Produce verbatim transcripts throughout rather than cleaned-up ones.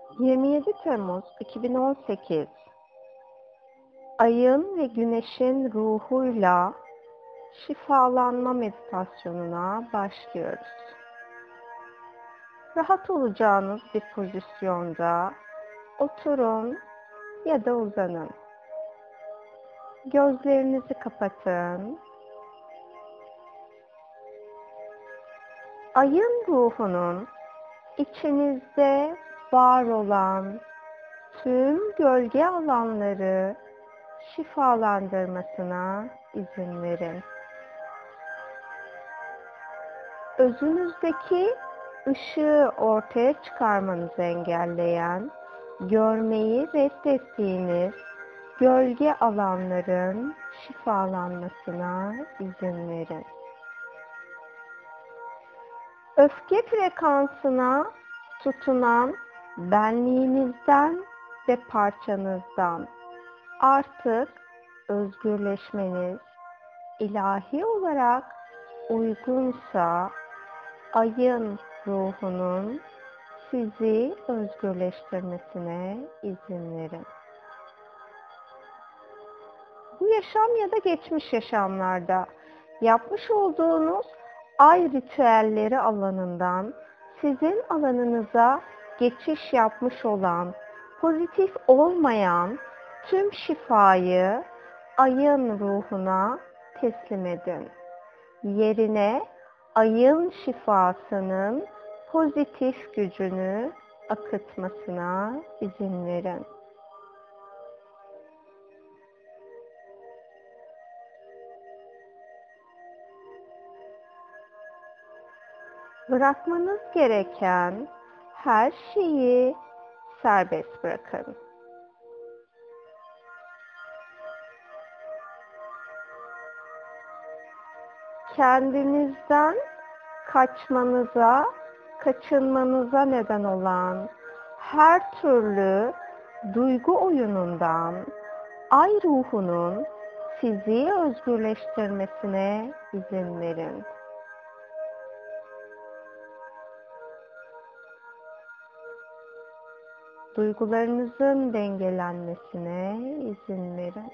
yirmi yedi Temmuz iki bin on sekiz Ayın ve Güneşin ruhuyla şifalanma meditasyonuna başlıyoruz. Rahat olacağınız bir pozisyonda oturun ya da uzanın. Gözlerinizi kapatın. Ayın ruhunun içinizde var olan tüm gölge alanları şifalandırmasına izin verin. Özünüzdeki ışığı ortaya çıkarmanızı engelleyen, görmeyi reddettiğiniz gölge alanların şifalanmasına izin verin. Öfke frekansına tutunan benliğinizden ve parçanızdan artık özgürleşmeniz ilahi olarak uygunsa ayın ruhunun sizi özgürleştirmesine izin verin. Bu yaşam ya da geçmiş yaşamlarda yapmış olduğunuz ay ritüelleri alanından sizin alanınıza geçiş yapmış olan, pozitif olmayan tüm şifayı ayın ruhuna teslim edin. Yerine ayın şifasının pozitif gücünü akıtmasına izin verin. Bırakmanız gereken her şeyi serbest bırakın. Kendinizden kaçmanıza, kaçınmanıza neden olan her türlü duygu oyunundan ay ruhunun sizi özgürleştirmesine izin verin. Duygularınızın dengelenmesine izin verin.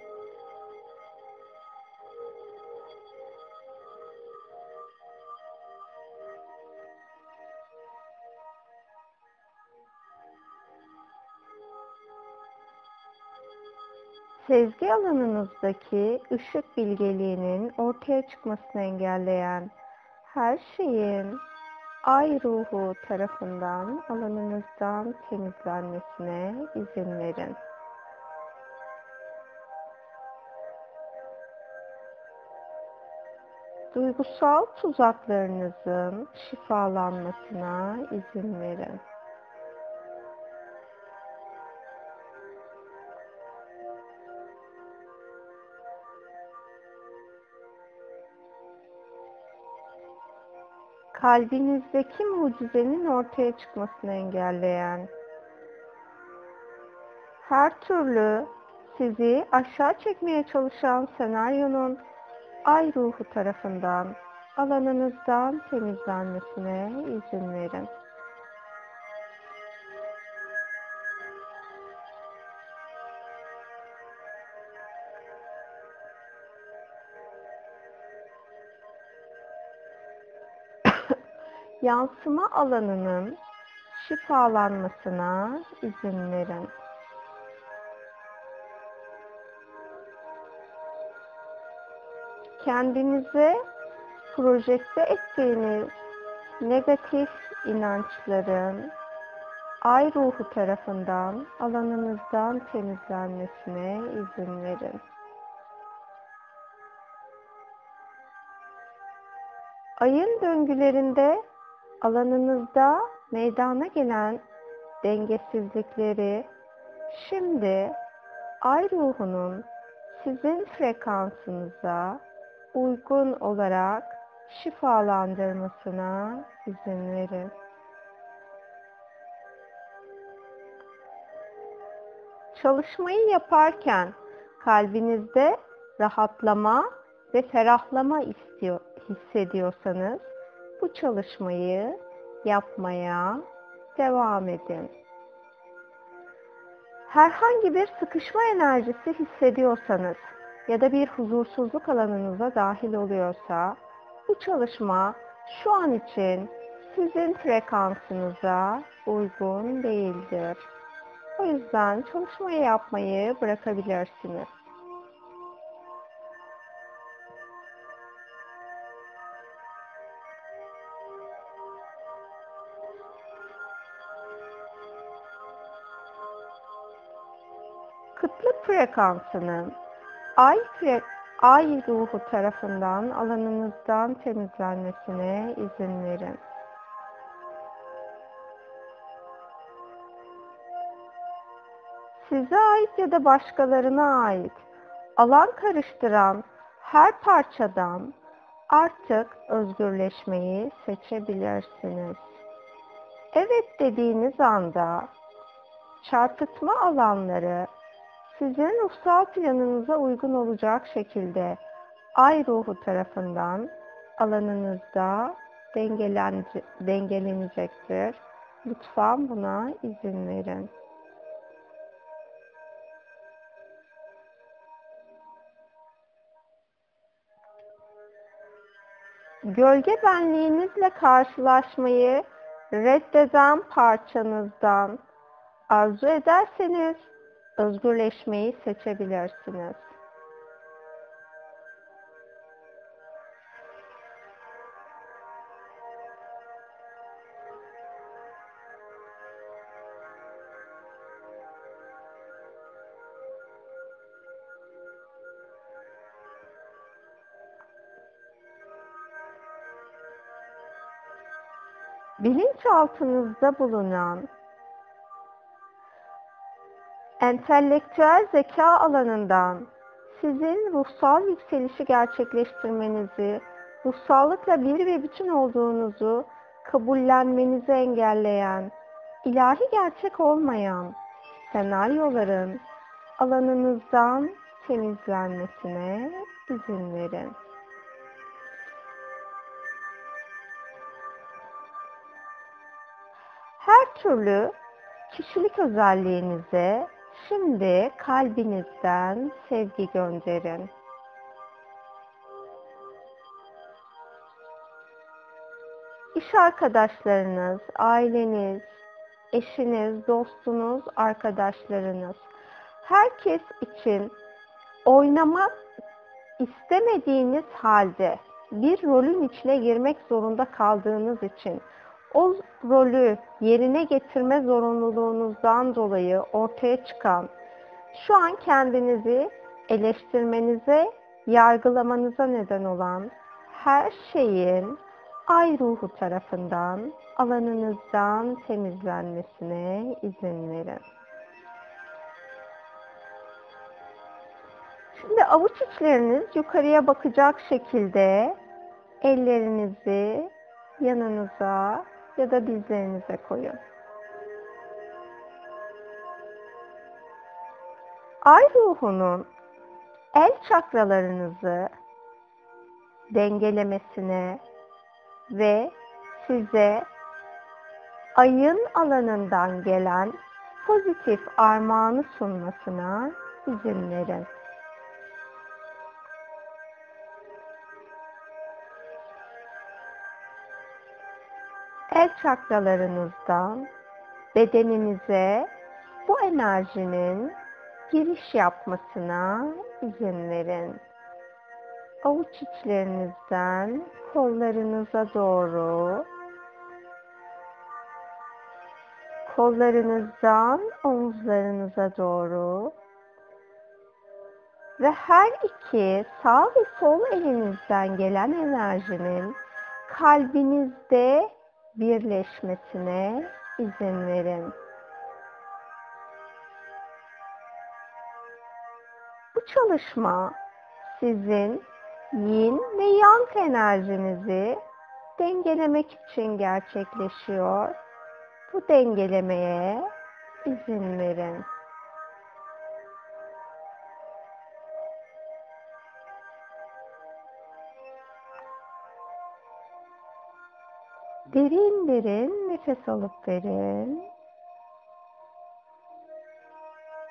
Sezgi alanınızdaki ışık bilgeliğinin ortaya çıkmasını engelleyen her şeyin ay ruhu tarafından alanınızdan temizlenmesine izin verin. Duygusal tuzaklarınızın şifalanmasına izin verin. Kalbinizdeki mucizenin ortaya çıkmasını engelleyen, her türlü sizi aşağı çekmeye çalışan senaryonun ay ruhu tarafından alanınızdan temizlenmesine izin verin. Yansıma alanının şifalanmasına izin verin. Kendinize projekte ettiğiniz negatif inançların ay ruhu tarafından alanınızdan temizlenmesine izin verin. Ayın döngülerinde alanınızda meydana gelen dengesizlikleri şimdi ay ruhunun sizin frekansınıza uygun olarak şifalandırmasına izin verin. Çalışmayı yaparken kalbinizde rahatlama ve ferahlama istiyor, hissediyorsanız bu çalışmayı yapmaya devam edin. Herhangi bir sıkışma enerjisi hissediyorsanız ya da bir huzursuzluk alanınıza dahil oluyorsa, bu çalışma şu an için sizin frekansınıza uygun değildir. O yüzden çalışmayı yapmayı bırakabilirsiniz. Kıtlık frekansının ay, fre ay ruhu tarafından alanınızdan temizlenmesine izin verin. Size ait ya da başkalarına ait alan karıştıran her parçadan artık özgürleşmeyi seçebilirsiniz. Evet dediğiniz anda çarpıtma alanları sizin ruhsal planınıza uygun olacak şekilde ay ruhu tarafından alanınızda dengelenecektir. Lütfen buna izin verin. Gölge benliğinizle karşılaşmayı reddeden parçanızdan arzu ederseniz özgürleşmeyi seçebilirsiniz. Bilinçaltınızda bulunan entelektüel zeka alanından sizin ruhsal yükselişi gerçekleştirmenizi, ruhsallıkla bir ve bütün olduğunuzu kabullenmenizi engelleyen, ilahi gerçek olmayan senaryoların alanınızdan temizlenmesine izin verin. Her türlü kişilik özelliğinize şimdi kalbinizden sevgi gönderin. İş arkadaşlarınız, aileniz, eşiniz, dostunuz, arkadaşlarınız, herkes için oynamak istemediğiniz halde bir rolün içine girmek zorunda kaldığınız için o rolü yerine getirme zorunluluğunuzdan dolayı ortaya çıkan, şu an kendinizi eleştirmenize, yargılamanıza neden olan her şeyin ay ruhu tarafından alanınızdan temizlenmesine izin verin. Şimdi avuç içleriniz yukarıya bakacak şekilde ellerinizi yanınıza ya da dizlerinize koyun. Ay ruhunun el çakralarınızı dengelemesine ve size ayın alanından gelen pozitif armağanı sunmasına izin verin. El çakralarınızdan bedeninize bu enerjinin giriş yapmasına izin verin. Avuç içlerinizden kollarınıza doğru, kollarınızdan omuzlarınıza doğru ve her iki sağ ve sol elinizden gelen enerjinin kalbinizde birleşmesine izin verin. Bu çalışma sizin yin ve yang enerjinizi dengelemek için gerçekleşiyor. Bu dengelemeye izin verin. Derin. Derin derin nefes alıp verin.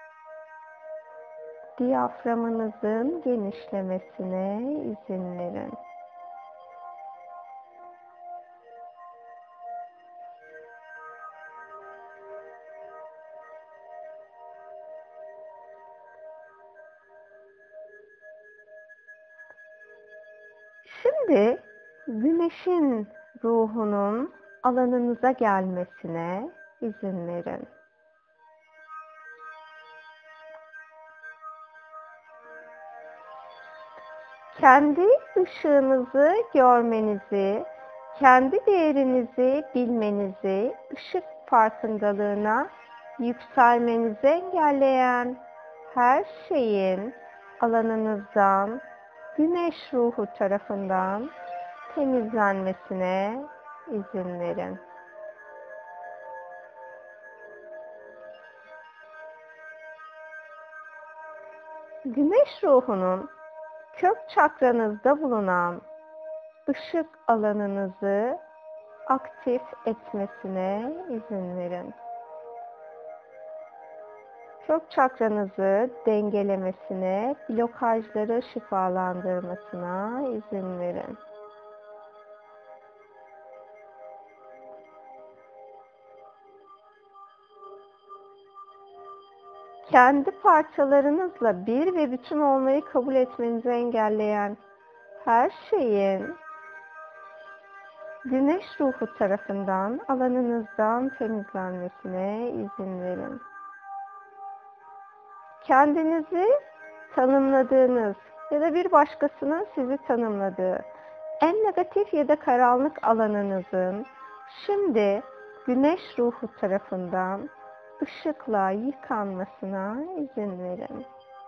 Diyaframınızın genişlemesine izin verin. Şimdi güneşin ruhunun alanınıza gelmesine izin verin. Kendi ışığınızı görmenizi, kendi değerinizi bilmenizi, ışık farkındalığına yükselmenizi engelleyen her şeyin alanınızdan güneş ruhu tarafından temizlenmesine izin verin. Güneş ruhunun kök çakranızda bulunan ışık alanınızı aktif etmesine izin verin. Kök çakranızı dengelemesine, blokajları şifalandırmasına izin verin. Kendi parçalarınızla bir ve bütün olmayı kabul etmenizi engelleyen her şeyin güneş ruhu tarafından alanınızdan temizlenmesine izin verin. Kendinizi tanımladığınız ya da bir başkasının sizi tanımladığı en negatif ya da karanlık alanınızın şimdi güneş ruhu tarafından ışıkla yıkanmasına izin verin.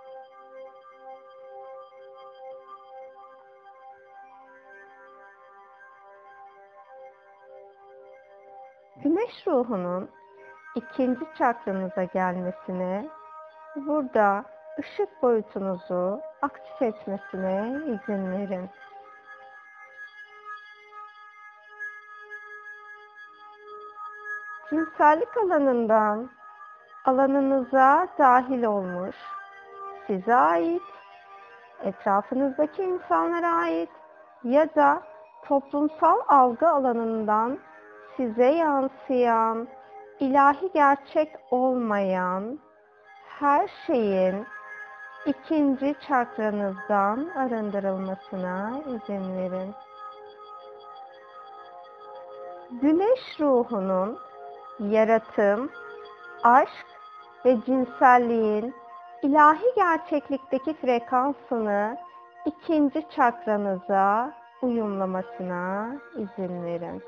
Güneş ruhunun ikinci çakranıza gelmesine, burada ışık boyutunuzu aktif etmesine izin verin. Cinsellik alanından alanınıza dahil olmuş, size ait, etrafınızdaki insanlara ait ya da toplumsal algı alanından size yansıyan, ilahi gerçek olmayan her şeyin ikinci çakranızdan arındırılmasına izin verin. Güneş ruhunun yaratım, aşk ve cinselliğin ilahi gerçeklikteki frekansını ikinci çakranıza uyumlamasına izin verin.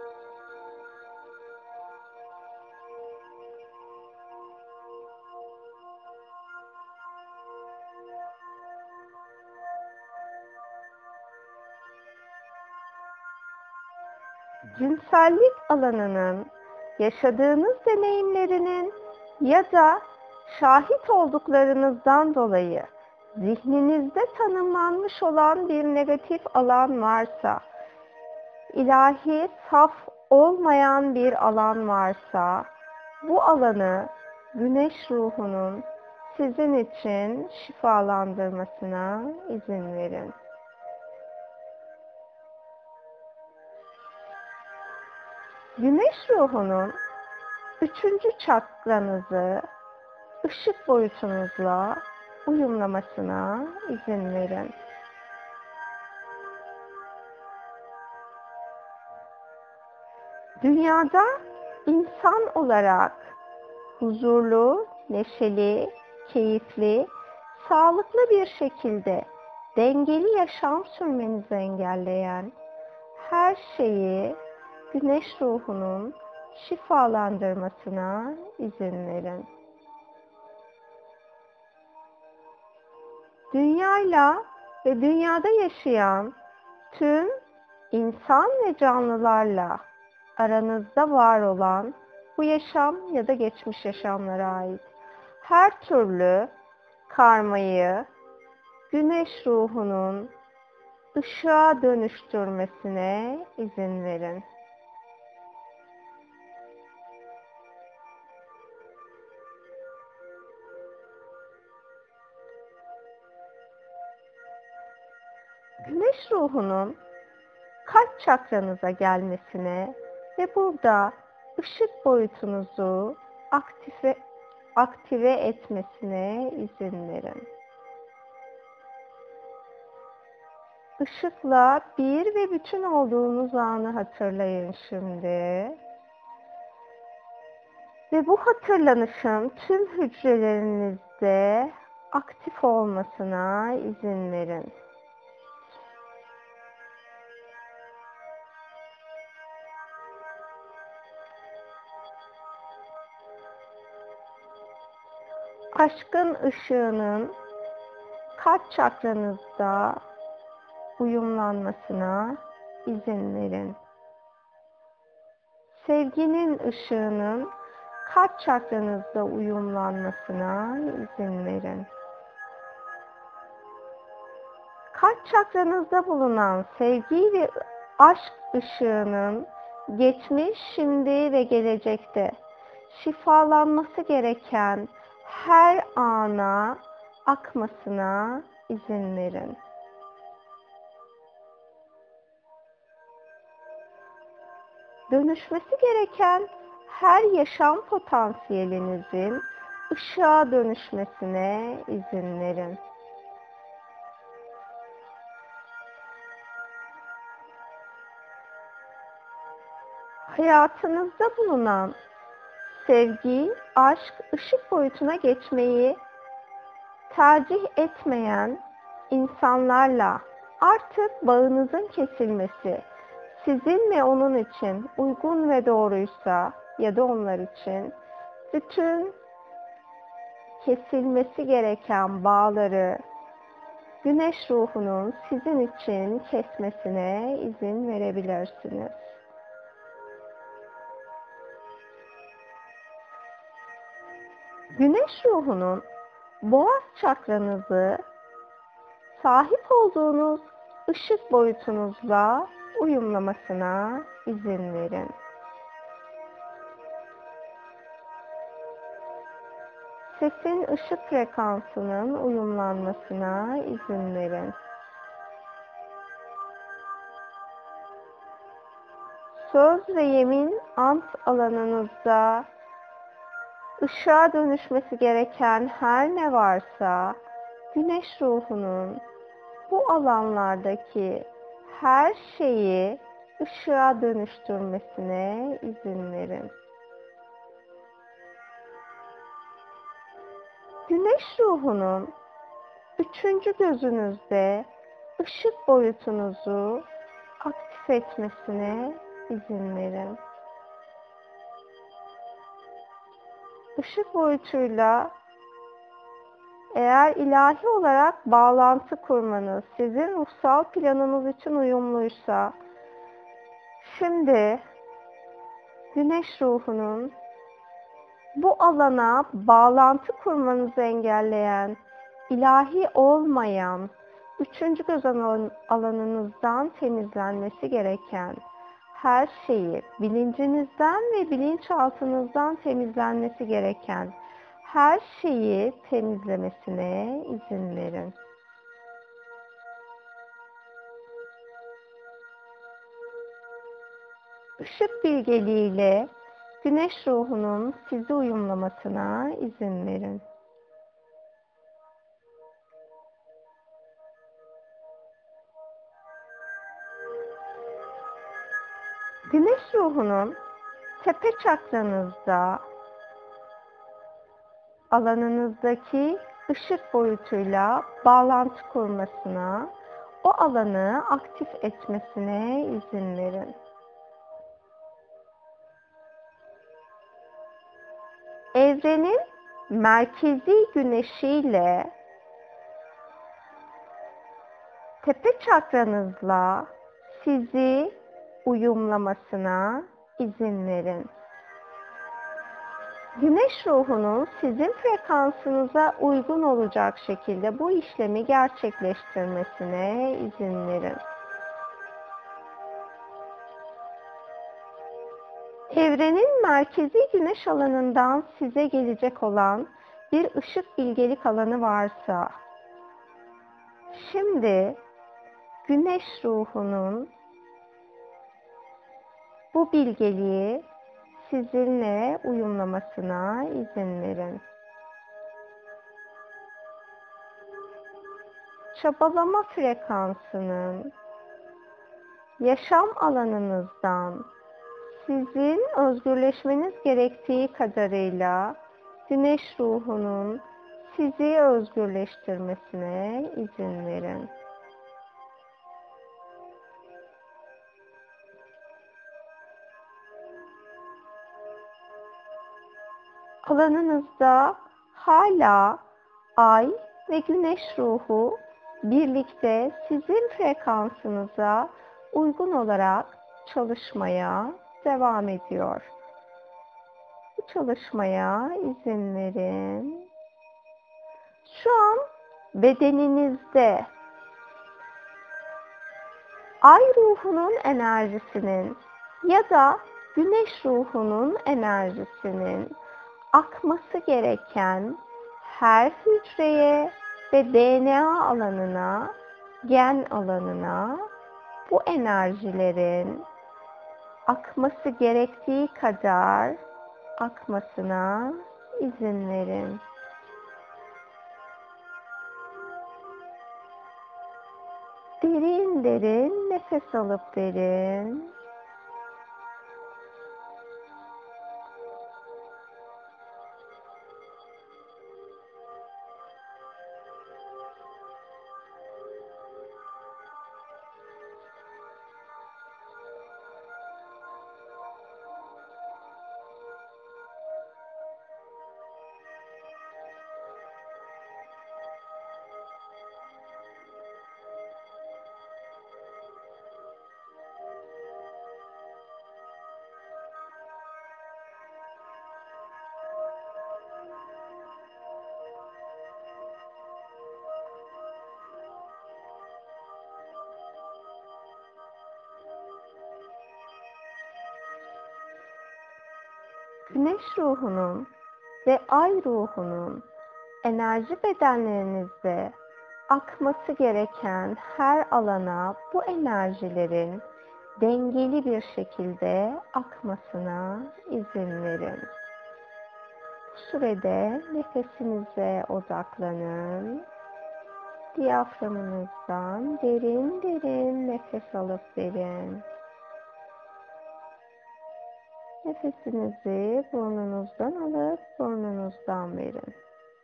Cinsellik alanının yaşadığınız deneyimlerinin ya da şahit olduklarınızdan dolayı zihninizde tanımlanmış olan bir negatif alan varsa, ilahi saf olmayan bir alan varsa, bu alanı güneş ruhunun sizin için şifalandırmasına izin verin. Güneş ruhunun üçüncü çakranızı ışık boyutunuzla uyumlamasına izin verin. Dünyada insan olarak huzurlu, neşeli, keyifli, sağlıklı bir şekilde dengeli yaşam sürmenizi engelleyen her şeyi güneş ruhunun şifalandırmasına izin verin. Dünyayla ve dünyada yaşayan tüm insan ve canlılarla aranızda var olan bu yaşam ya da geçmiş yaşamlara ait her türlü karmayı güneş ruhunun ışığa dönüştürmesine izin verin. Güneş ruhunun kalp çakranıza gelmesine ve burada ışık boyutunuzu aktive, aktive etmesine izin verin. Işıkla bir ve bütün olduğunuz anı hatırlayın şimdi. Ve bu hatırlanışın tüm hücrelerinizde aktif olmasına izin verin. Aşkın ışığının kalp çakranızda uyumlanmasına izin verin. Sevginin ışığının kalp çakranızda uyumlanmasına izin verin. Kalp çakranızda bulunan sevgi ve aşk ışığının geçmiş, şimdi ve gelecekte şifalanması gereken her ana akmasına izin verin. Dönüşmesi gereken her yaşam potansiyelinizin ışığa dönüşmesine izin verin. Hayatınızda bulunan sevgi, aşk, ışık boyutuna geçmeyi tercih etmeyen insanlarla artık bağınızın kesilmesi, sizin ve onun için uygun ve doğruysa ya da onlar için bütün kesilmesi gereken bağları güneş ruhunun sizin için kesmesine izin verebilirsiniz. Güneş ruhunun boğaz çakranızı sahip olduğunuz ışık boyutunuzla uyumlamasına izin verin. Sesin ışık frekansının uyumlanmasına izin verin. Söz ve yemin ant alanınızda ışığa dönüşmesi gereken her ne varsa güneş ruhunun bu alanlardaki her şeyi ışığa dönüştürmesine izin verin. Güneş ruhunun üçüncü gözünüzde ışık boyutunuzu aktif etmesine izin verin. Işık boyutuyla eğer ilahi olarak bağlantı kurmanız sizin ruhsal planınız için uyumluysa, şimdi güneş ruhunun bu alana bağlantı kurmanızı engelleyen, ilahi olmayan, üçüncü göz alanınızdan temizlenmesi gereken her şeyi, bilincinizden ve bilinçaltınızdan temizlenmesi gereken her şeyi temizlemesine izin verin. Işık bilgeliğiyle güneş ruhunun sizi uyumlamasına izin verin. Güneş ruhunun tepe çakranızda alanınızdaki ışık boyutuyla bağlantı kurmasına, o alanı aktif etmesine izin verin. Evrenin merkezi güneşiyle tepe çakranızla sizi uyumlamasına izin verin. Güneş ruhunun sizin frekansınıza uygun olacak şekilde bu işlemi gerçekleştirmesine izin verin. Evrenin merkezi güneş alanından size gelecek olan bir ışık bilgelik alanı varsa, şimdi güneş ruhunun bu bilgeliği sizinle uyumlamasına izin verin. Çabalama frekansının yaşam alanınızdan sizin özgürleşmeniz gerektiği kadarıyla güneş ruhunun sizi özgürleştirmesine izin verin. Alanınızda hala ay ve güneş ruhu birlikte sizin frekansınıza uygun olarak çalışmaya devam ediyor. Bu çalışmaya izin verin. Şu an bedeninizde ay ruhunun enerjisinin ya da güneş ruhunun enerjisinin akması gereken her hücreye ve D N A alanına, gen alanına bu enerjilerin akması gerektiği kadar akmasına izin verin. Derin derin nefes alıp verin. Güneş ruhunun ve ay ruhunun enerji bedenlerinizde akması gereken her alana bu enerjilerin dengeli bir şekilde akmasına izin verin. Bu sürede nefesinize odaklanın. Diyaframınızdan derin derin nefes alıp verin. Nefesinizi burnunuzdan alıp burnunuzdan verin.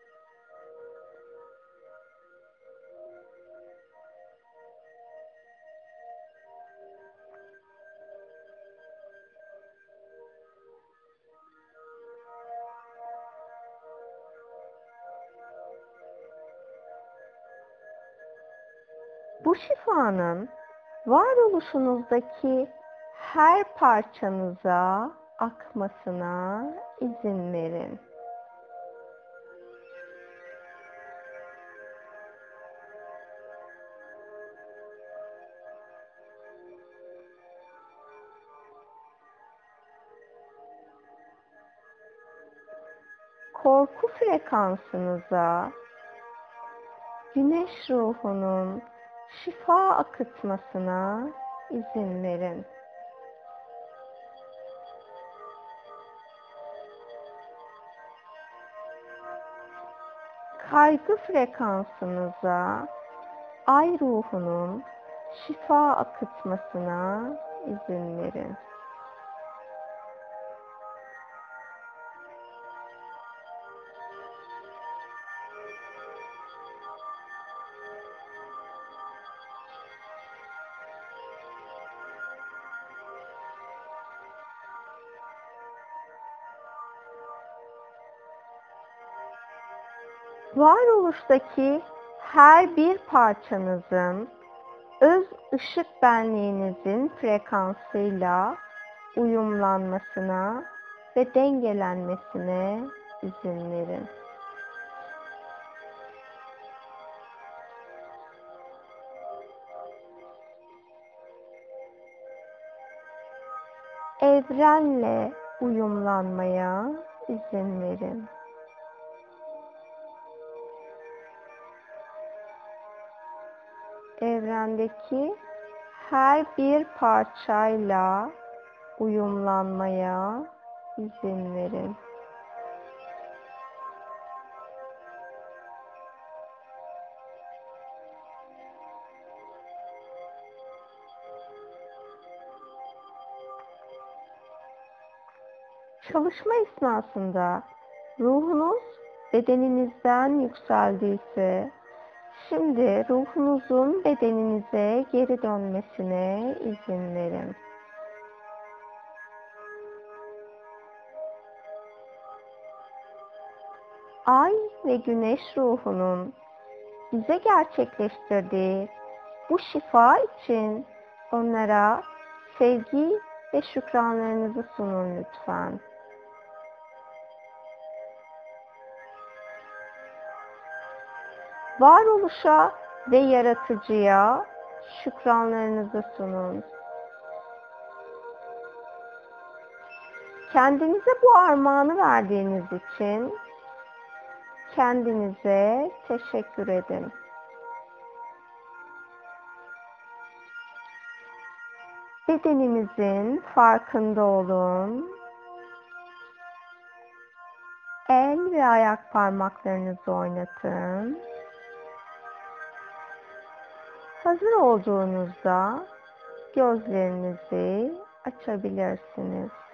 Bu şifanın varoluşunuzdaki her parçanıza akmasına izin verin. Korku frekansınıza güneş ruhunun şifa akıtmasına izin verin. Kaygı frekansınıza ay ruhunun şifa akıtmasına izin verin. Varoluştaki her bir parçanızın öz ışık benliğinizin frekansıyla uyumlanmasına ve dengelenmesine izin verin. Evrenle uyumlanmaya izin verin. evrendeki her bir parçayla uyumlanmaya izin verin. Çalışma esnasında ruhunuz bedeninizden yükseldiyse, şimdi ruhunuzun bedeninize geri dönmesine izin verin. Ay ve güneş ruhunun bize gerçekleştirdiği bu şifa için onlara sevgi ve şükranlarınızı sunun lütfen. Varoluşa ve yaratıcıya şükranlarınızı sunun. Kendinize bu armağanı verdiğiniz için kendinize teşekkür edin. Bedeninizin farkında olun. El ve ayak parmaklarınızı oynatın. Hazır olduğunuzda gözlerinizi açabilirsiniz.